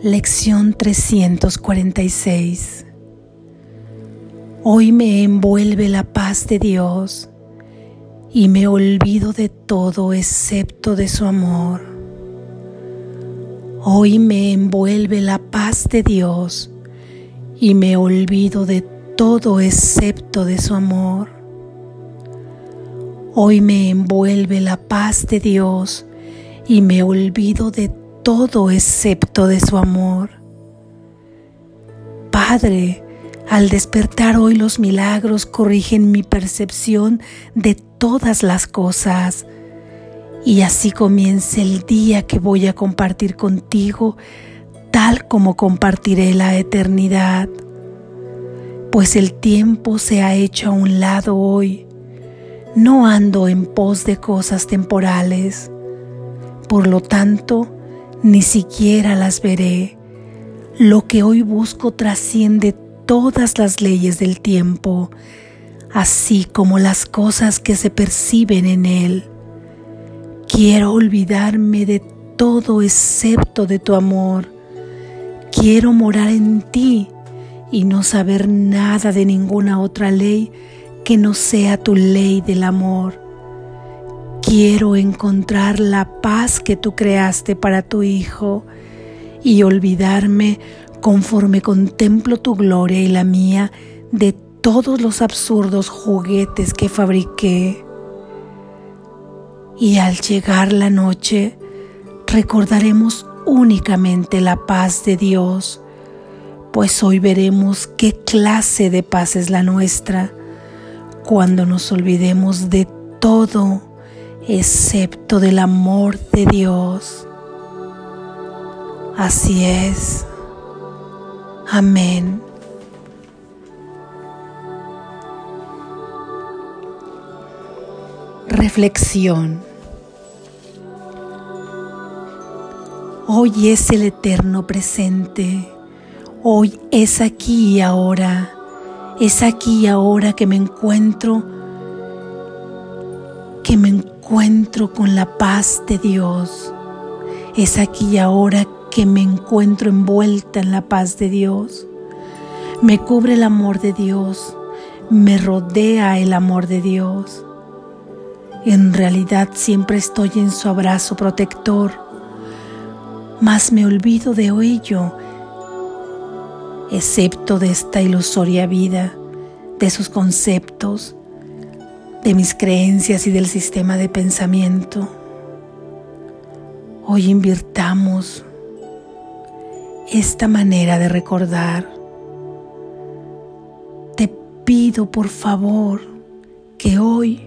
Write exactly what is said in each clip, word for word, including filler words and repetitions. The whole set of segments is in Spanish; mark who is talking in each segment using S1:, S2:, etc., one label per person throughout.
S1: Lección trescientos cuarenta y seis. Hoy me envuelve la paz de Dios y me olvido de todo excepto de su amor. Hoy me envuelve la paz de Dios y me olvido de todo excepto de su amor. Hoy me envuelve la paz de Dios y me olvido de todo excepto de su amor. Padre, al despertar hoy los milagros corrigen mi percepción de todas las cosas y así comienza el día que voy a compartir contigo tal como compartiré la eternidad, pues el tiempo se ha hecho a un lado hoy. No ando en pos de cosas temporales, por lo tanto, ni siquiera las veré. Lo que hoy busco trasciende todas las leyes del tiempo, así como las cosas que se perciben en él. Quiero olvidarme de todo excepto de tu amor. Quiero morar en ti y no saber nada de ninguna otra ley que no sea tu ley del amor. Quiero encontrar la paz que tú creaste para tu Hijo y olvidarme, conforme contemplo tu gloria y la mía, de todos los absurdos juguetes que fabriqué. Y al llegar la noche, recordaremos únicamente la paz de Dios, pues hoy veremos qué clase de paz es la nuestra cuando nos olvidemos de todo excepto del amor de Dios. Así es. Amén. Reflexión. Hoy es el eterno presente. Hoy es aquí y ahora. Es aquí y ahora que me encuentro, que me encuentro con la paz de Dios. Es aquí y ahora que me encuentro envuelta en la paz de Dios. Me cubre el amor de Dios, me rodea el amor de Dios. En realidad siempre estoy en su abrazo protector, mas me olvido de ello, excepto de esta ilusoria vida, de sus conceptos, de mis creencias y del sistema de pensamiento. Hoy invirtamos esta manera de recordar. Te pido por favor que hoy,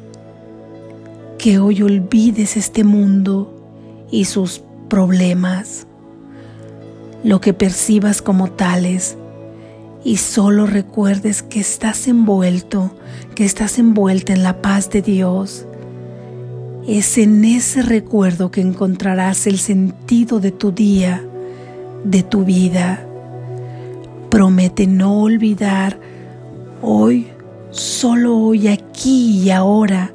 S1: que hoy olvides este mundo y sus problemas, lo que percibas como tales, y solo recuerdes que estás envuelto, que estás envuelta en la paz de Dios. Es en ese recuerdo que encontrarás el sentido de tu día, de tu vida. Promete no olvidar hoy, solo hoy, aquí y ahora.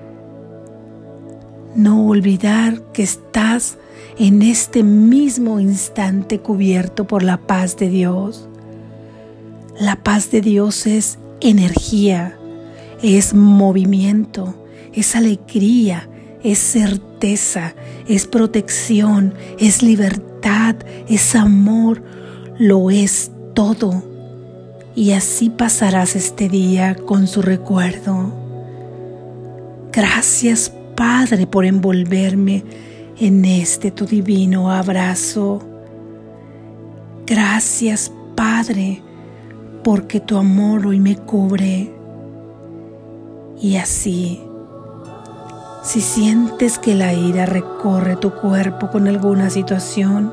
S1: No olvidar que estás en este mismo instante cubierto por la paz de Dios. La paz de Dios es energía, es movimiento, es alegría, es certeza, es protección, es libertad, es amor, lo es todo. Y así pasarás este día con su recuerdo. Gracias, Padre, por envolverme en este tu divino abrazo. Gracias, Padre, porque tu amor hoy me cubre. Y así, si sientes que la ira recorre tu cuerpo con alguna situación,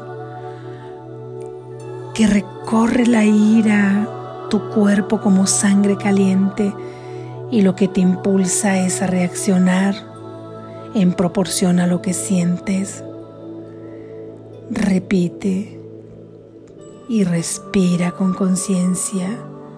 S1: que recorre la ira tu cuerpo como sangre caliente y lo que te impulsa es a reaccionar en proporción a lo que sientes, repite y respira con conciencia.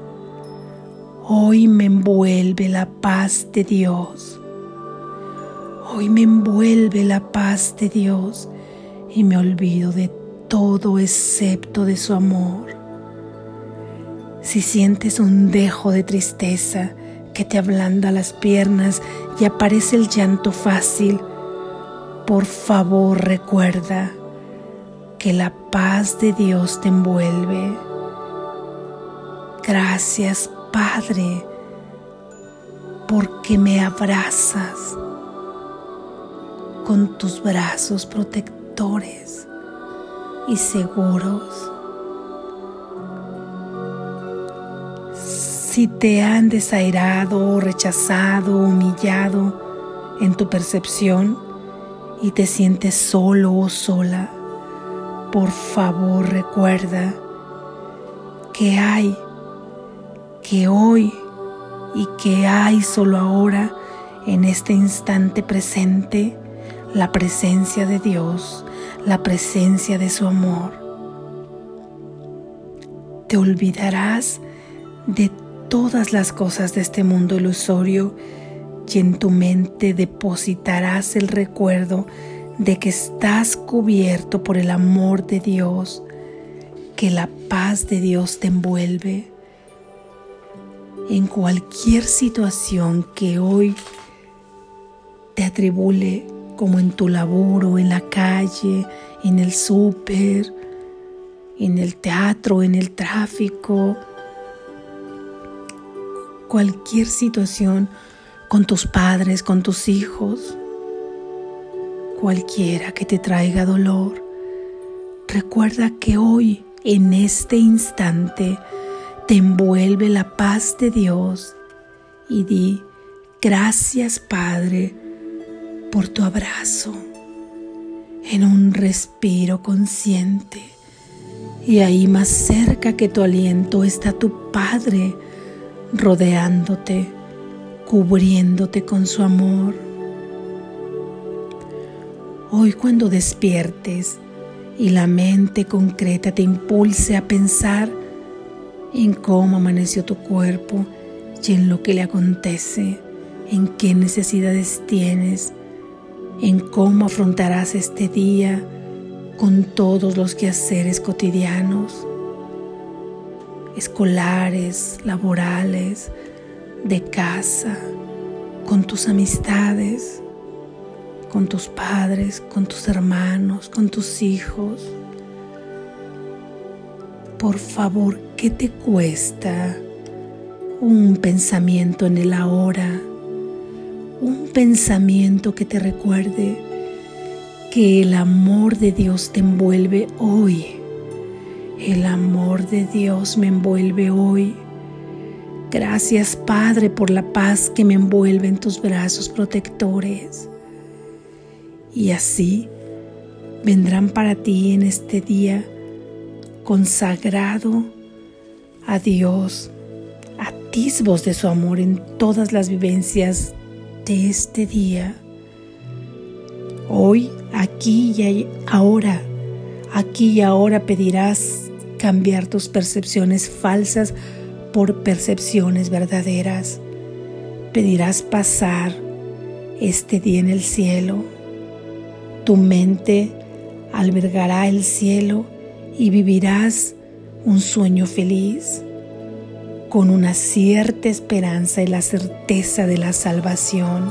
S1: Hoy me envuelve la paz de Dios. Hoy me envuelve la paz de Dios y me olvido de todo excepto de su amor. Si sientes un dejo de tristeza que te ablanda las piernas y aparece el llanto fácil, por favor recuerda que la paz de Dios te envuelve. Gracias, Padre, porque me abrazas con tus brazos protectores y seguros. Si te han desairado, rechazado, humillado en tu percepción y te sientes solo o sola, por favor recuerda que hay, que hoy y que hay solo ahora, en este instante presente, la presencia de Dios, la presencia de su amor. Te olvidarás de todas las cosas de este mundo ilusorio y en tu mente depositarás el recuerdo de que estás cubierto por el amor de Dios, que la paz de Dios te envuelve. En cualquier situación que hoy te atribule, como en tu labor, en la calle, en el súper, en el teatro, en el tráfico, cualquier situación con tus padres, con tus hijos, cualquiera que te traiga dolor, recuerda que hoy, en este instante, te envuelve la paz de Dios y di: gracias, Padre, por tu abrazo, en un respiro consciente. Y ahí más cerca que tu aliento está tu Padre, rodeándote, cubriéndote con su amor. Hoy, cuando despiertes y la mente concreta te impulse a pensar en cómo amaneció tu cuerpo y en lo que le acontece, en qué necesidades tienes, en cómo afrontarás este día con todos los quehaceres cotidianos, escolares, laborales, de casa, con tus amistades, con tus padres, con tus hermanos, con tus hijos. Por favor, ¿qué te cuesta un pensamiento en el ahora? Un pensamiento que te recuerde que el amor de Dios te envuelve hoy. El amor de Dios me envuelve hoy. Gracias, Padre, por la paz que me envuelve en tus brazos protectores. Y así vendrán para ti en este día consagrado a Dios, atisbos de su amor en todas las vivencias de este día. Hoy, aquí y ahora, aquí y ahora pedirás cambiar tus percepciones falsas por percepciones verdaderas. Pedirás pasar este día en el cielo. Tu mente albergará el cielo y vivirás un sueño feliz, con una cierta esperanza y la certeza de la salvación.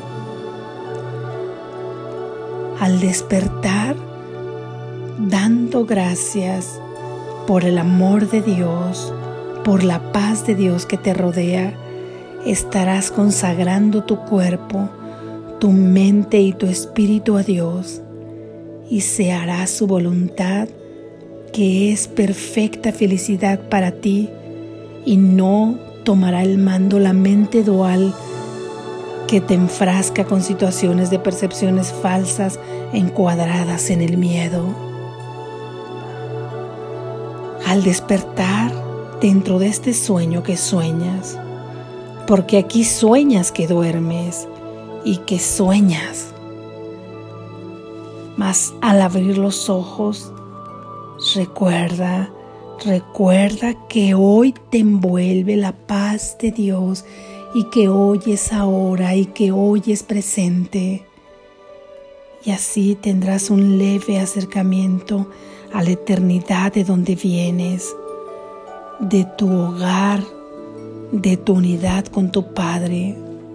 S1: Al despertar, dando gracias por el amor de Dios, por la paz de Dios que te rodea, estarás consagrando tu cuerpo, tu mente y tu espíritu a Dios, y se hará su voluntad, que es perfecta felicidad para ti, y no tomará el mando la mente dual que te enfrasca con situaciones de percepciones falsas encuadradas en el miedo. Al despertar dentro de este sueño que sueñas, porque aquí sueñas que duermes y que sueñas, mas al abrir los ojos, recuerda, recuerda que hoy te envuelve la paz de Dios y que hoy es ahora y que hoy es presente. Y así tendrás un leve acercamiento a la eternidad de donde vienes, de tu hogar, de tu unidad con tu Padre,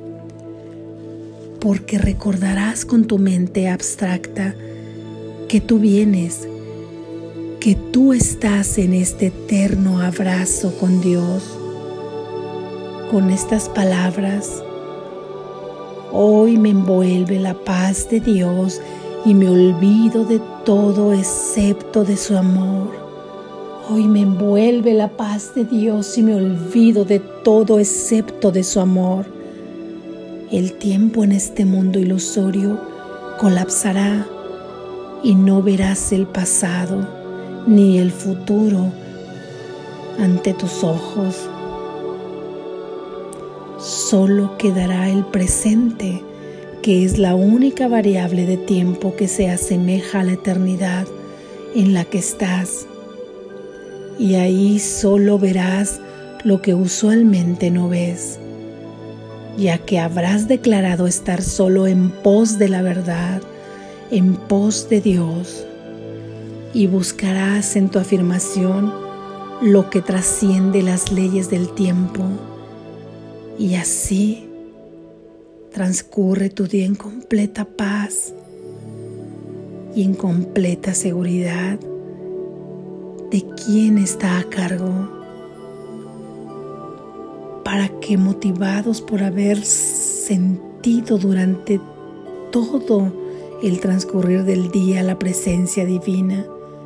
S1: porque recordarás con tu mente abstracta que tú vienes, que tú estás en este eterno abrazo con Dios. Con estas palabras, hoy me envuelve la paz de Dios y me olvido de todo excepto de su amor. Hoy me envuelve la paz de Dios y me olvido de todo excepto de su amor. El tiempo en este mundo ilusorio colapsará y no verás el pasado ni el futuro ante tus ojos. Solo quedará el presente, que es la única variable de tiempo que se asemeja a la eternidad en la que estás. Y ahí solo verás lo que usualmente no ves, ya que habrás declarado estar solo en pos de la verdad, en pos de Dios, y buscarás en tu afirmación lo que trasciende las leyes del tiempo. Y así transcurre tu día en completa paz y en completa seguridad de quién está a cargo, para que, motivados por haber sentido durante todo el transcurrir del día la presencia divina,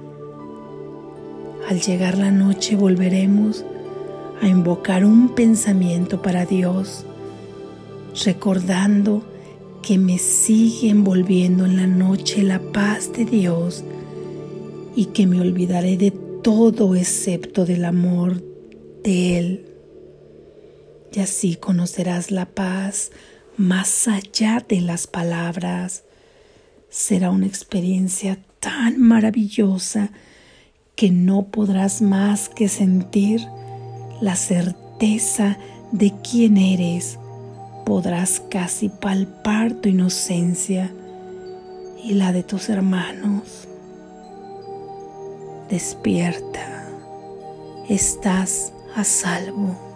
S1: al llegar la noche volveremos a invocar un pensamiento para Dios, recordando que me sigue envolviendo en la noche la paz de Dios y que me olvidaré de todo excepto del amor de Él. Y así conocerás la paz más allá de las palabras. Será una experiencia tan maravillosa que no podrás más que sentir la certeza de quién eres. Podrás casi palpar tu inocencia y la de tus hermanos. Despierta, estás a salvo.